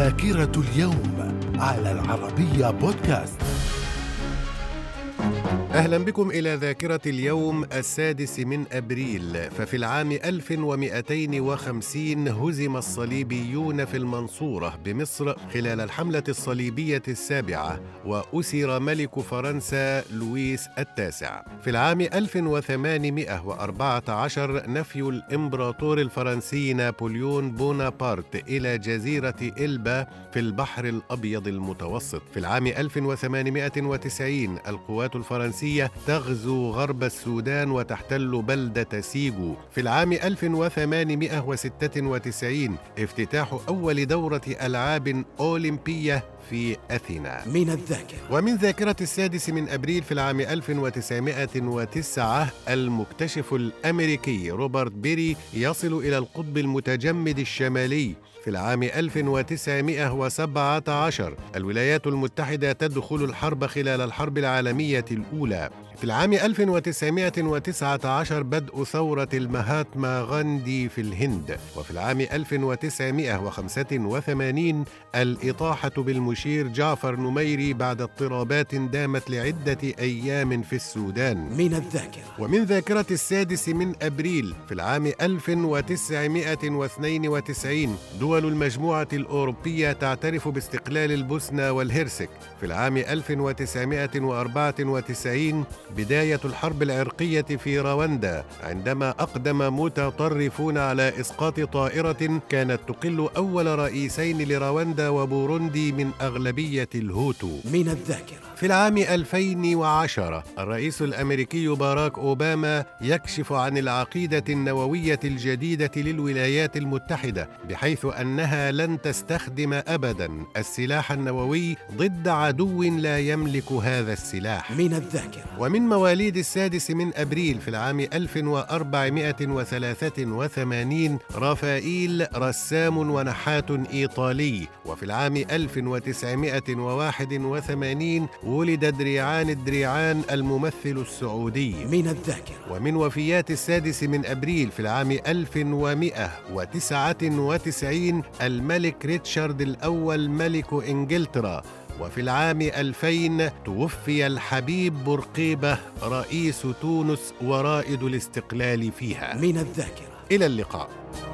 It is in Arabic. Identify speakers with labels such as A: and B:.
A: ذاكرة اليوم على العربية بودكاست.
B: أهلا بكم إلى ذاكرة اليوم 6 من أبريل. ففي العام 1250 هزم الصليبيون في المنصورة بمصر خلال الحملة الصليبية السابعة، وأسر ملك فرنسا لويس التاسع. في العام 1814 نفي الإمبراطور الفرنسي نابليون بونابرت إلى جزيرة إلبا في البحر الأبيض المتوسط. في العام 1890 القوات الفرنسية تغزو غرب السودان وتحتل بلدة سيجو. في العام 1896 افتتاح أول دورة ألعاب أولمبية في أثينا.
A: من الذاكرة.
B: ومن ذاكرة 6 من أبريل في العام 1909 المكتشف الأمريكي روبرت بيري يصل إلى القطب المتجمد الشمالي. في العام 1917 الولايات المتحدة تدخل الحرب خلال الحرب العالمية الأولى. في العام 1919 بدء ثورة المهاتما غاندي في الهند. وفي العام 1985 الإطاحة بالمشير جعفر نميري بعد اضطرابات دامت لعدة أيام في السودان.
A: من الذاكرة.
B: ومن ذاكرة 6 من أبريل في العام 1992 دول المجموعة الأوروبية تعترف باستقلال البوسنة والهرسك. في العام 1994 بداية الحرب العرقية في رواندا، عندما أقدم متطرفون على إسقاط طائرة كانت تقل أول رئيسين لرواندا وبوروندي من أغلبية الهوتو.
A: من الذاكرة.
B: في العام 2010 الرئيس الأمريكي باراك أوباما يكشف عن العقيدة النووية الجديدة للولايات المتحدة، بحيث أنها لن تستخدم أبداً السلاح النووي ضد عدو لا يملك هذا السلاح.
A: من الذاكرة.
B: ومن مواليد 6 من أبريل في العام 1483 رافائيل رسام ونحات إيطالي. وفي العام 1981 ولد دريعان الممثل السعودي.
A: من الذاكرة.
B: ومن وفيات 6 من أبريل في العام 1199 الملك ريتشارد الأول ملك إنجلترا. وفي العام 2000 توفي الحبيب بورقيبة رئيس تونس ورائد الاستقلال فيها.
A: من الذاكرة.
B: إلى اللقاء.